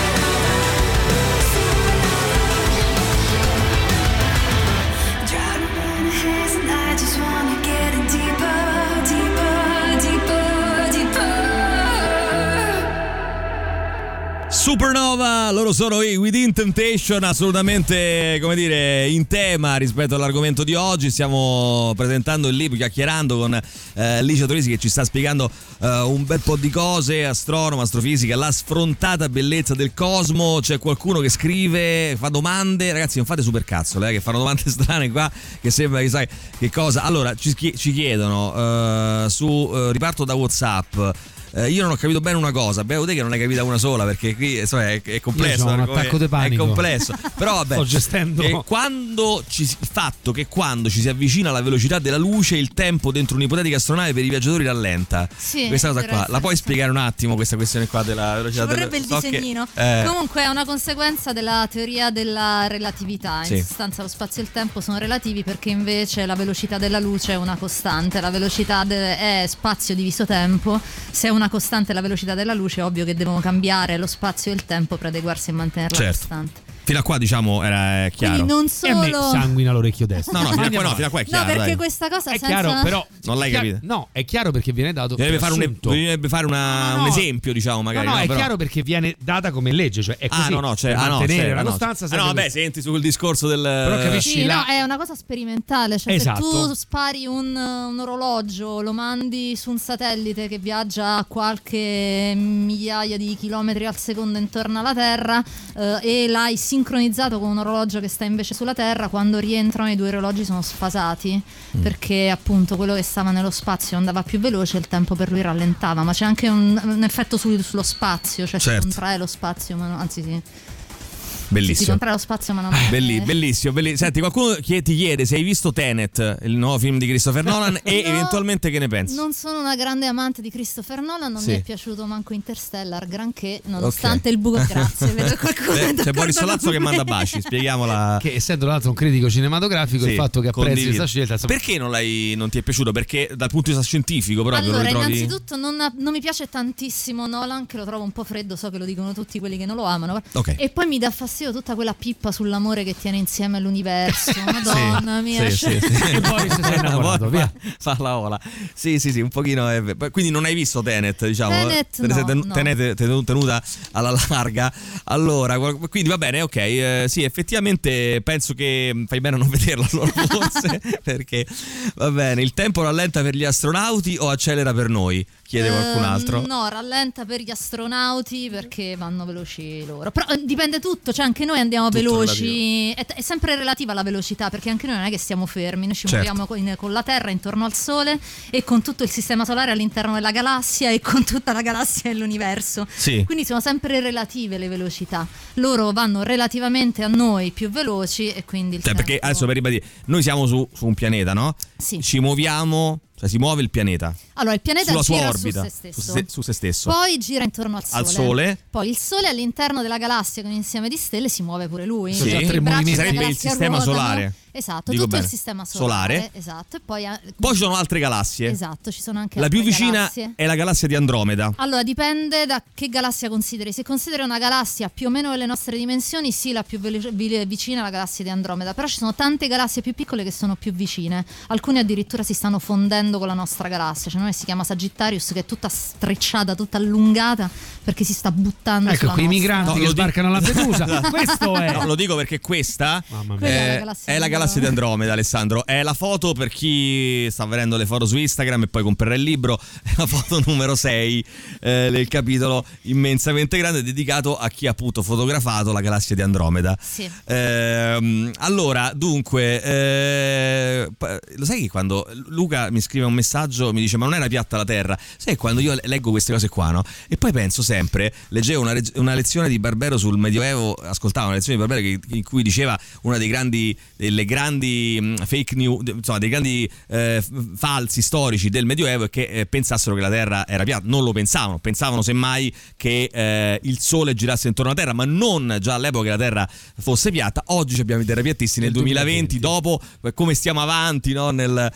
supernova, supernova. Drowning in a haze and I just wanna get in deeper, deeper, deeper, deeper. Supernova, loro sono i Within Temptation, assolutamente, come dire, in tema rispetto all'argomento di oggi. Stiamo presentando il libro, chiacchierando con eh, Licia Torisi, che ci sta spiegando eh, un bel po' di cose, astronomo, astrofisica, la sfrontata bellezza del cosmo. C'è qualcuno che scrive, fa domande, ragazzi non fate supercazzole, eh, che fanno domande strane qua, che sembra che sai che cosa. Allora, ci, chi- ci chiedono eh, su, eh, riparto da WhatsApp. Eh, io non ho capito bene una cosa, beh, te che non hai capita una sola, perché qui insomma, è, è complesso. Io c'ho un come- attacco di panico. È complesso. Però vabbè, Sto gestendo. eh, quando ci, si- il fatto che quando ci si avvicina alla velocità della luce, il tempo dentro un'ipotetica astronave per i viaggiatori rallenta. Sì, Questa cosa qua, interessante. la puoi spiegare un attimo questa questione qua della velocità Ci della vorrebbe il so che- disegnino. eh, Comunque è una conseguenza della teoria della relatività. Sì. In sostanza lo spazio e il tempo sono relativi, perché invece la velocità della luce è una costante. La velocità de- è spazio diviso tempo. Se è una costante la velocità della luce, è ovvio che devono cambiare lo spazio e il tempo per adeguarsi e mantenerla Certo. costante. fino a qua diciamo era eh, chiaro. Quindi non E a me solo... sanguina l'orecchio destro. No, no, fino a qua, Andiamo no, fino a qua è No, chiaro. perché dai. questa cosa È senza... chiaro, però Non l'hai chiaro- capito? No, è chiaro perché viene dato Bisognerebbe per fare, un, assunto. bisognerebbe fare una- No, no, un no. esempio, diciamo, magari. No, no, è però- chiaro perché viene data come legge, cioè è così. Ah, no, no, cioè, per ah, no, mantenere c'era, la no. costanza. Ah, serve no, per- beh, senti sul discorso del. Però capisci Sì, la- no, è una cosa sperimentale, cioè Esatto. se tu spari un, un orologio, lo mandi su un satellite che viaggia a qualche migliaia di chilometri al secondo intorno alla Terra eh, e l'hai sincronizzato con un orologio che sta invece sulla Terra, quando rientrano i due orologi sono sfasati Mm. perché appunto quello che stava nello spazio andava più veloce e il tempo per lui rallentava, ma c'è anche un, un effetto sul- sullo spazio, cioè Certo. si contrae lo spazio, ma no- anzi sì, si Bellissimo. contrae lo spazio ma non è- Belli- bellissimo, belli- Senti, qualcuno che ti chiede se hai visto Tenet, il nuovo film di Christopher Nolan, e No, eventualmente che ne pensi. Non sono una grande amante di Christopher Nolan, non Sì. mi è piaciuto manco Interstellar, granché, nonostante il buco. Grazie, vedo che qualcuno Eh, è c'è d'accordo Boris con Solazzo che me. manda baci, spieghiamola. Che essendo tra l'altro un critico cinematografico, Sì, il fatto che apprezzi condivido. questa scelta, insomma, Perché non, l'hai, non ti è piaciuto? Perché dal punto di vista scientifico proprio Allora, lo ritrovi. innanzitutto non, non mi piace tantissimo Nolan, che lo trovo un po' freddo, so che lo dicono tutti quelli che non lo amano. Ok. E poi mi dà fastidio tutta quella pippa sull'amore che tiene insieme l'universo. Madonna mia. Sì, cioè- sì, sì. E Boris si è innamorato, Fa- via. Fa la ola. Sì, sì, sì, un pochino. È... ver- Quindi non hai visto Tenet, diciamo. Tenet, Te ne sei no, ten- no. tenete- ten- tenuta alla larga. Allora, qual- quindi va bene, ok. eh, sì, effettivamente penso che fai bene a non vederlo allora, forse. Perché va bene. Il tempo rallenta per gli astronauti o accelera per noi? Chiede qualcun Ehm, altro. No, rallenta per gli astronauti perché vanno veloci loro. Però eh, dipende tutto, cioè anche noi andiamo Tutto veloci. È, è sempre relativa la velocità, perché anche noi non è che stiamo fermi, noi ci Certo. muoviamo con, con la Terra intorno al Sole e con tutto il sistema solare all'interno della galassia e con tutta la galassia dell'universo. Sì. Quindi sono sempre relative le velocità. Loro vanno relativamente a noi più veloci e quindi il Cioè, perché tempo- adesso per ribadire, noi siamo su, su un pianeta, no? Sì. Ci muoviamo, cioè si muove il pianeta Allora, il pianeta sulla sua gira orbita, su se stesso. su se, su se stesso. Poi gira intorno al Sole. Al Sole. Poi il Sole all'interno della galassia con un insieme di stelle si muove pure lui. Sì. I Tre bracci movimenti. della Sarebbe il galassia sistema ruotano. solare. Esatto, Dico tutto bene. il sistema solare. Solare. Esatto. E poi, Poi ci sono altre galassie. esatto, ci sono anche La più altre vicina galassie. è la galassia di Andromeda. Allora, dipende da che galassia consideri. Se consideri una galassia più o meno delle nostre dimensioni, sì, la più velo- vi- vicina è la galassia di Andromeda. Però ci sono tante galassie più piccole che sono più vicine. Alcune addirittura si stanno fondendo con la nostra galassia. C'è una che si chiama Sagittarius, che è tutta strecciata, tutta allungata, perché si sta buttando Ecco sulla qui i nostra- migranti No, che lo dico- sbarcano a Lampedusa. Questo è. No, lo dico perché questa Mamma mia. Quella è la eh, galassia è la di galassia di Andromeda, Alessandro. È la foto, per chi sta vedendo le foto su Instagram e poi comprerà il libro, è la foto numero sei eh, del capitolo immensamente grande dedicato a chi ha appunto fotografato la galassia di Andromeda. Sì. Ehm, allora, dunque, eh, p- lo sai che quando Luca mi scrive un messaggio mi dice ma non era piatta la Terra? Sai quando io leggo queste cose qua, no? E poi penso sempre, leggevo una, reg- una lezione di Barbero sul Medioevo, ascoltavo una lezione di Barbero che, in cui diceva una dei grandi, delle grandi mh, fake news, insomma dei grandi eh, f- falsi storici del Medioevo, e che eh, pensassero che la Terra era piatta. Non lo pensavano, pensavano semmai che eh, il Sole girasse intorno alla Terra, ma non già all'epoca che la Terra fosse piatta. Oggi abbiamo i terrapiattisti nel Nel duemilaventi, dopo eh, come stiamo avanti, no? Nel,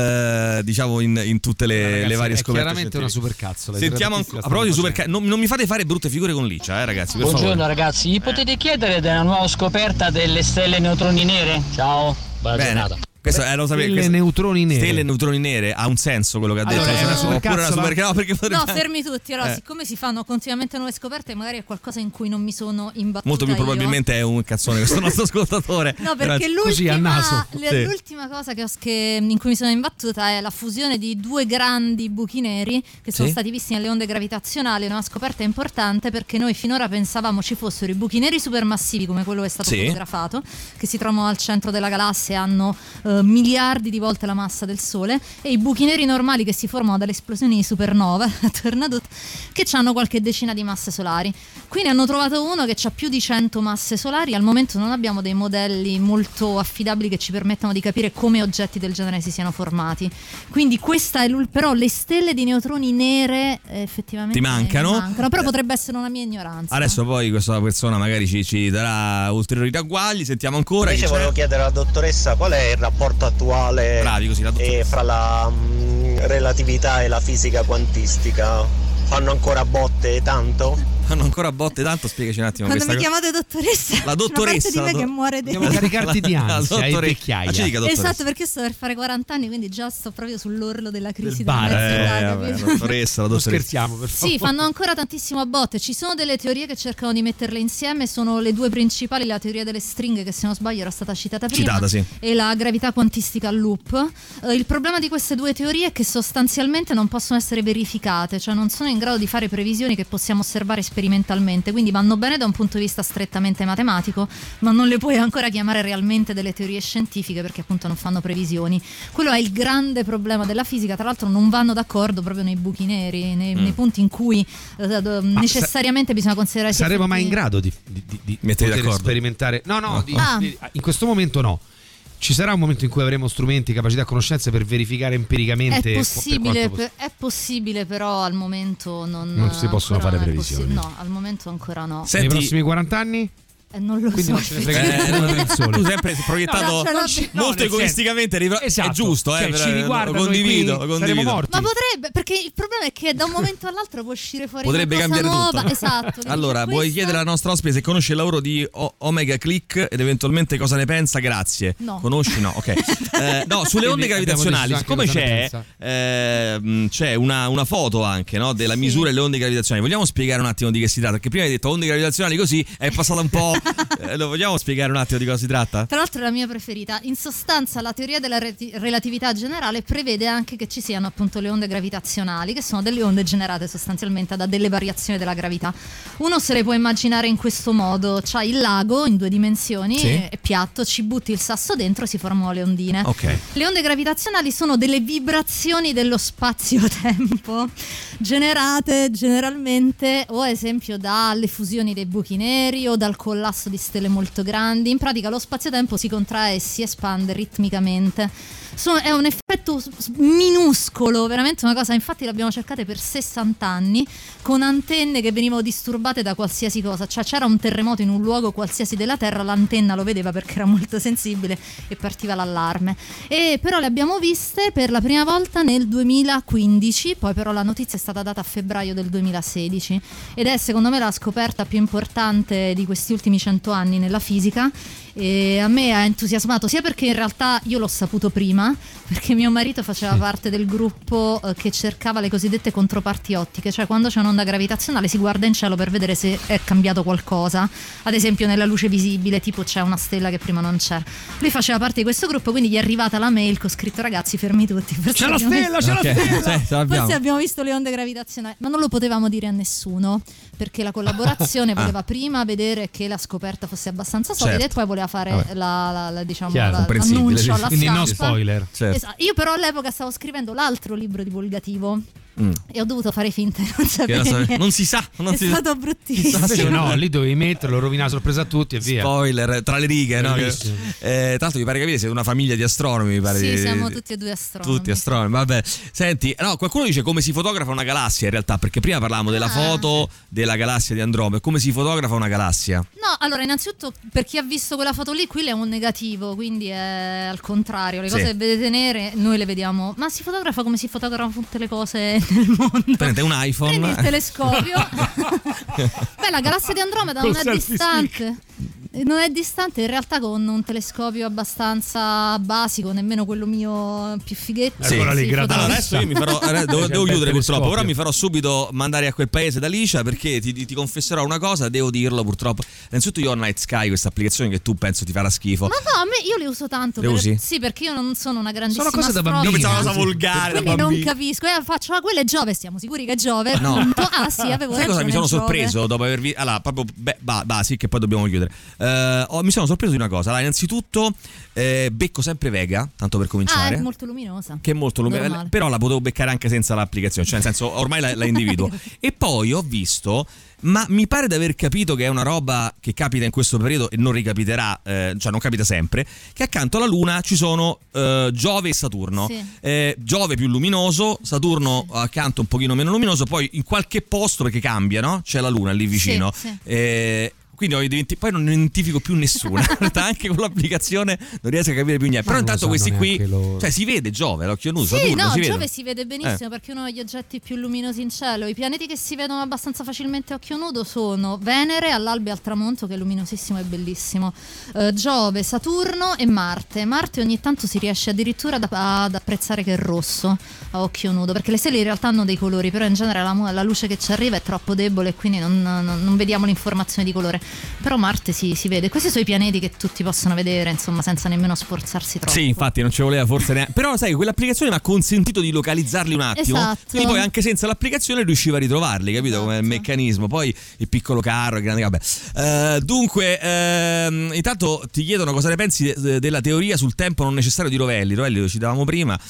eh, diciamo in, in tutte le, Ragazzi, le varie è scoperte chiaramente una scientifiche. supercazzola. I Sentiamo terrapiattisti anco- la a proposito di stanno superca- non, non mi fate fare brutte figure con Licia, eh ragazzi, per Buongiorno favore. ragazzi, gli potete chiedere della nuova scoperta delle stelle neutroni nere? Ciao, buona Bene. giornata. Questo, eh, lo sapevo, Stelle questo- neutroni nere. Stelle e neutroni nere ha un senso quello che ha detto. Allora, è una Oppure supercazzola? super- no, perché potrebbe- No, fermi tutti. Allora, Eh. siccome si fanno continuamente nuove scoperte, magari è qualcosa in cui non mi sono imbattuta Molto più io. probabilmente è un cazzone questo nostro ascoltatore. No, perché Però- così, a l'ultima, naso. le- Sì. l'ultima cosa che ho, che- in cui mi sono imbattuta è la fusione di due grandi buchi neri che sono Sì. stati visti nelle onde gravitazionali. Una scoperta importante perché noi finora pensavamo ci fossero i buchi neri supermassivi come quello che è stato Sì. fotografato, che si trovano al centro della galassia e hanno eh, miliardi di volte la massa del Sole, e i buchi neri normali che si formano dalle esplosioni di supernova Tornadot, che hanno qualche decina di masse solari. Qui ne hanno trovato uno che ha più di cento masse solari. Al momento non abbiamo dei modelli molto affidabili che ci permettano di capire come oggetti del genere si siano formati. Quindi questa è l'ul- però le stelle di neutroni nere eh, effettivamente Ti mancano? mi mancano, però potrebbe essere una mia ignoranza. Adesso poi questa persona magari ci, ci darà ulteriori ragguagli. Sentiamo ancora. Invece chi c'è? volevo chiedere alla dottoressa qual è il rapporto attuale Bravi così, la dottoressa. eh, fra la mm, relatività e la fisica quantistica. Fanno ancora botte tanto? Fanno ancora botte tanto, spiegaci un attimo Quando questa mi cosa. chiamate dottoressa, La dottoressa, una parte di me la do- che muore dentro. Devo caricarti di La ansia e dottore- vecchiaia. Ah, ci dica, dottoressa. Esatto, perché io sto per fare quaranta anni, quindi già sto proprio sull'orlo della crisi Del bar. della mezza età, Eh, vabbè, capito? la dottoressa, la Non dottoressa. scherziamo, per favore. Sì, fanno ancora tantissimo a botte. Ci sono delle teorie che cercano di metterle insieme. Sono le due principali: la teoria delle stringhe, che se non sbaglio era stata citata prima, Citata, sì. e la gravità quantistica a loop. Eh, il problema di queste due teorie è che sostanzialmente non possono essere verificate, cioè non sono in grado di fare previsioni che possiamo osservare sperimentalmente. Quindi vanno bene da un punto di vista strettamente matematico, ma non le puoi ancora chiamare realmente delle teorie scientifiche, perché appunto non fanno previsioni. Quello è il grande problema della fisica. Tra l'altro non vanno d'accordo proprio nei buchi neri, nei, Mm. nei punti in cui eh, d- necessariamente bisogna considerare sia Saremo mai in effetti- grado di, di, di, di Mettere poter d'accordo? sperimentare? No, no, di- Ah. di- in questo momento no. Ci sarà un momento in cui avremo strumenti, capacità e conoscenze per verificare empiricamente. È per possibile, quanto per- è possibile, però al momento non, Non si possono ancora fare non è possi- previsioni. No, al momento ancora no. Senti- Nei prossimi quaranta anni? Eh, non lo Quindi so. non ce ne frega Eh, niente nulla del sole. tu sempre sei proiettato No, cioè, non ci- no, molto nel egoisticamente, senso- riv- Esatto. è giusto, eh, Cioè, però, ci eh, riguarda, lo condivido, noi qui lo saremo condivido. morti. Ma potrebbe, perché il problema è che da un momento all'altro può uscire fuori Potrebbe una cosa cambiare nuova. tutto. Esatto. che Allora, dice, vuoi questa- chiedere alla nostra ospite se conosce il lavoro di O- Omega Click ed eventualmente cosa ne pensa? Grazie. No. Conosci? No, ok. Eh, no, sulle onde Quindi abbiamo gravitazionali, deciso siccome anche cosa ne c'è, pensa. ehm, c'è una, una foto anche, no, della Sì. misura delle onde gravitazionali. Vogliamo spiegare un attimo di che si tratta? Perché prima hai detto onde gravitazionali così, è passata un po'. eh, lo vogliamo spiegare un attimo di cosa si tratta? Tra l'altro è la mia preferita. In sostanza la teoria della reti- relatività generale prevede anche che ci siano appunto le onde gravitazionali, che sono delle onde generate sostanzialmente da delle variazioni della gravità. Uno se le può immaginare in questo modo: c'hai il lago in due dimensioni, Sì. è piatto, ci butti il sasso dentro e si formano le ondine. Ok. Le onde gravitazionali sono delle vibrazioni dello spazio-tempo generate generalmente o ad esempio dalle fusioni dei buchi neri o dal collasso di stelle molto grandi. In pratica lo spazio-tempo si contrae e si espande ritmicamente. Sono- è un effetto s- s- minuscolo, veramente una cosa. Infatti l'abbiamo cercate per sessanta anni con antenne che venivano disturbate da qualsiasi cosa. Cioè c'era un terremoto in un luogo qualsiasi della Terra, l'antenna lo vedeva perché era molto sensibile e partiva l'allarme. E però le abbiamo viste per la prima volta nel duemilaquindici, poi però la notizia è stata data a febbraio del duemilasedici ed è secondo me la scoperta più importante di questi ultimi cento anni nella fisica. E a me ha entusiasmato sia perché in realtà io l'ho saputo prima, perché mio marito faceva parte del gruppo eh, che cercava le cosiddette controparti ottiche, cioè quando c'è un'onda gravitazionale si guarda in cielo per vedere se è cambiato qualcosa, ad esempio nella luce visibile, tipo c'è una stella che prima non c'era. Lui faceva parte di questo gruppo, quindi gli è arrivata la mail con scritto: ragazzi, fermi tutti, C'è la stella, c'è Ok, la stella. cioè, ce l'abbiamo. forse abbiamo visto le onde gravitazionali, ma non lo potevamo dire a nessuno perché la collaborazione voleva prima vedere che la scoperta fosse abbastanza solida Certo. e poi voleva fare Vabbè. la, la, la, diciamo, Chiaro, la- comprensibile, l'annuncio sì, alla Quindi no stampa. spoiler. Certo. Esatto. Io però all'epoca stavo scrivendo l'altro libro divulgativo Mm. e ho dovuto fare finta di non Che sapere lo so- niente. non si sa, non è si stato sa. bruttissimo. Invece no, lì dovevi metterlo, rovinare la sorpresa a tutti e via. Spoiler tra le righe, no? Che- Bellissimo. Eh, tra l'altro mi pare capire siete una famiglia di astronomi, mi pare Sì, di- siamo di- tutti e due astronomi. Tutti astronomi, vabbè. Senti, no, qualcuno dice come si fotografa una galassia in realtà, perché prima parlavamo della Ah. foto della galassia di Andromeda, come si fotografa una galassia? No, allora innanzitutto per chi ha visto quella foto lì, qui è un negativo, quindi è al contrario, le Sì. cose che vedete nere noi le vediamo, ma si fotografa come si fotografano tutte le cose nel mondo. Prendete un iPhone. Prendi il telescopio. Beh, la galassia di Andromeda Col non è selfie distante. Non è distante, in realtà con un telescopio abbastanza basico, nemmeno quello mio più fighetto. Sì. Ancora lì, si gradasso. Allora, fotografa. adesso io mi farò, eh, devo, C'è devo il chiudere bel purtroppo. telescopio. Ora mi farò subito mandare a quel paese da Licia, perché ti, ti- ti confesserò una cosa, devo dirlo purtroppo. Innanzitutto io ho Night Sky, questa applicazione che tu penso ti farà schifo. Ma no, a me io le uso tanto. Le per- usi? Sì, perché io non sono una grandissima Sono cose da astrofila. bambini. Io pensavo una cosa volgare da Quindi non bambini. capisco. Eh, faccio, ah, quello è Giove, siamo sicuri che è Giove? No. Punto. Ah sì, avevo Sai cosa ragione, mi sono è Giove. sorpreso dopo aver visto? Allora, proprio beh, ba- basic, che poi dobbiamo chiudere. Eh, ho- mi sono sorpreso di una cosa. Allora, innanzitutto, eh, becco sempre Vega, tanto per Ah, cominciare. è molto luminosa. Che è molto lunga, Normale. però la potevo beccare anche senza l'applicazione, cioè nel senso ormai la, la individuo. E poi ho visto, ma mi pare di aver capito che è una roba che capita in questo periodo e non ricapiterà, eh, cioè non capita sempre, che accanto alla Luna ci sono eh, Giove e Saturno. Sì. Eh, Giove più luminoso, Saturno accanto un pochino meno luminoso, poi in qualche posto, perché cambia, no? C'è la Luna lì vicino. Sì, sì. Eh, quindi ho identi- poi non identifico più nessuno. In realtà anche con l'applicazione non riesco a capire più niente. Però Ma non intanto lo questi sanno qui, neanche loro. cioè si vede Giove, l'occhio nudo, Sì, Saturno, no, si vede. Giove si vede benissimo Eh. perché è uno degli oggetti più luminosi in cielo. I pianeti che si vedono abbastanza facilmente a occhio nudo sono Venere all'alba e al tramonto, che è luminosissimo e bellissimo, eh, Giove, Saturno e Marte. Marte ogni tanto si riesce addirittura ad, ad apprezzare che è rosso a occhio nudo, perché le stelle in realtà hanno dei colori, però in genere la, mu- la luce che ci arriva è troppo debole e quindi non, non- non vediamo l'informazione di colore. Però Marte si, si vede. Questi sono i pianeti che tutti possono vedere, insomma, senza nemmeno sforzarsi troppo. Sì, infatti non ci voleva forse neanche. Però sai, quell'applicazione mi ha consentito di localizzarli un attimo. Esatto. Quindi poi anche senza l'applicazione riusciva a ritrovarli, capito? Esatto. Come il meccanismo. Poi il piccolo carro, il grande. Vabbè. Eh, dunque, ehm, intanto ti chiedono cosa ne pensi de- della teoria sul tempo non necessario di Rovelli. Rovelli lo citavamo prima.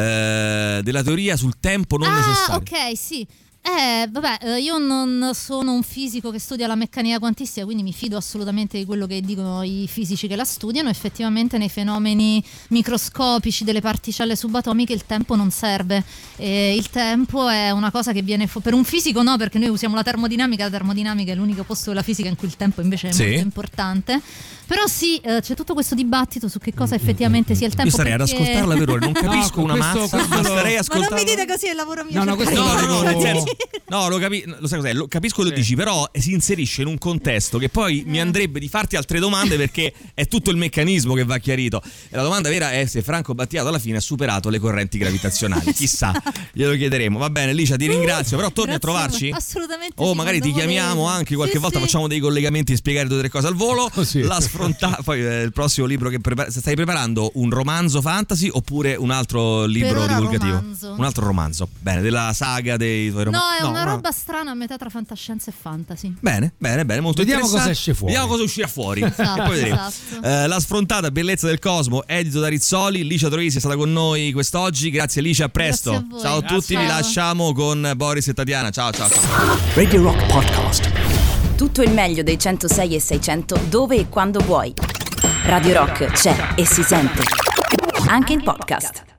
eh, della teoria sul tempo non ah, necessario. ok, sì. Eh, vabbè, eh, io non sono un fisico che studia la meccanica quantistica, quindi mi fido assolutamente di quello che dicono i fisici che la studiano. Effettivamente nei fenomeni microscopici delle particelle subatomiche il tempo non serve. Eh, il tempo è una cosa che viene fu- per un fisico no, perché noi usiamo la termodinamica, la termodinamica è l'unico posto della fisica in cui il tempo invece è Sì. molto importante. Però sì, eh, c'è tutto questo dibattito su che cosa effettivamente sia il tempo. Io starei perché- ad ascoltarla per ore, non capisco No, una questo- mazza, questo ma lo- starei Ma ascoltando. non mi dite così, è il lavoro mio. No, no, cercare questo No, di- no, no, nel Dico- senso, no, lo, capi- lo sai cos'è? Lo capisco quello che Sì. dici, però si inserisce in un contesto che poi mi andrebbe di farti altre domande perché è tutto il meccanismo che va chiarito. E la domanda vera è se Franco Battiato alla fine ha superato le correnti gravitazionali. Chissà, glielo chiederemo. Va bene, Licia, ti ringrazio, però torni Grazie a trovarci? Assolutamente. O sì, magari ti quando chiamiamo volete. anche qualche Sì, volta, sì. facciamo dei collegamenti e spiegare due o tre cose al volo. Così. La sfronta- poi eh, il prossimo libro che prepara- stai preparando un romanzo fantasy oppure un altro libro ora divulgativo? romanzo. Un altro romanzo. Bene, della saga dei tuoi No, romanzi. è una roba strana a metà tra fantascienza e fantasy. Bene, bene, bene, molto Vediamo interessante. cosa esce fuori. Vediamo cosa uscirà fuori. Esatto, E poi vedremo. esatto. Eh, la sfrontata bellezza del cosmo, edito da Rizzoli. Licia Troisi è stata con noi quest'oggi. Grazie Licia, a presto. Grazie a voi. Ciao a Grazie. tutti, vi Ciao. lasciamo con Boris e Tatiana. Ciao, ciao, ciao. Radio Rock Podcast. Tutto il meglio dei centosei e seicento dove e quando vuoi. Radio Rock c'è e si sente. Anche in podcast.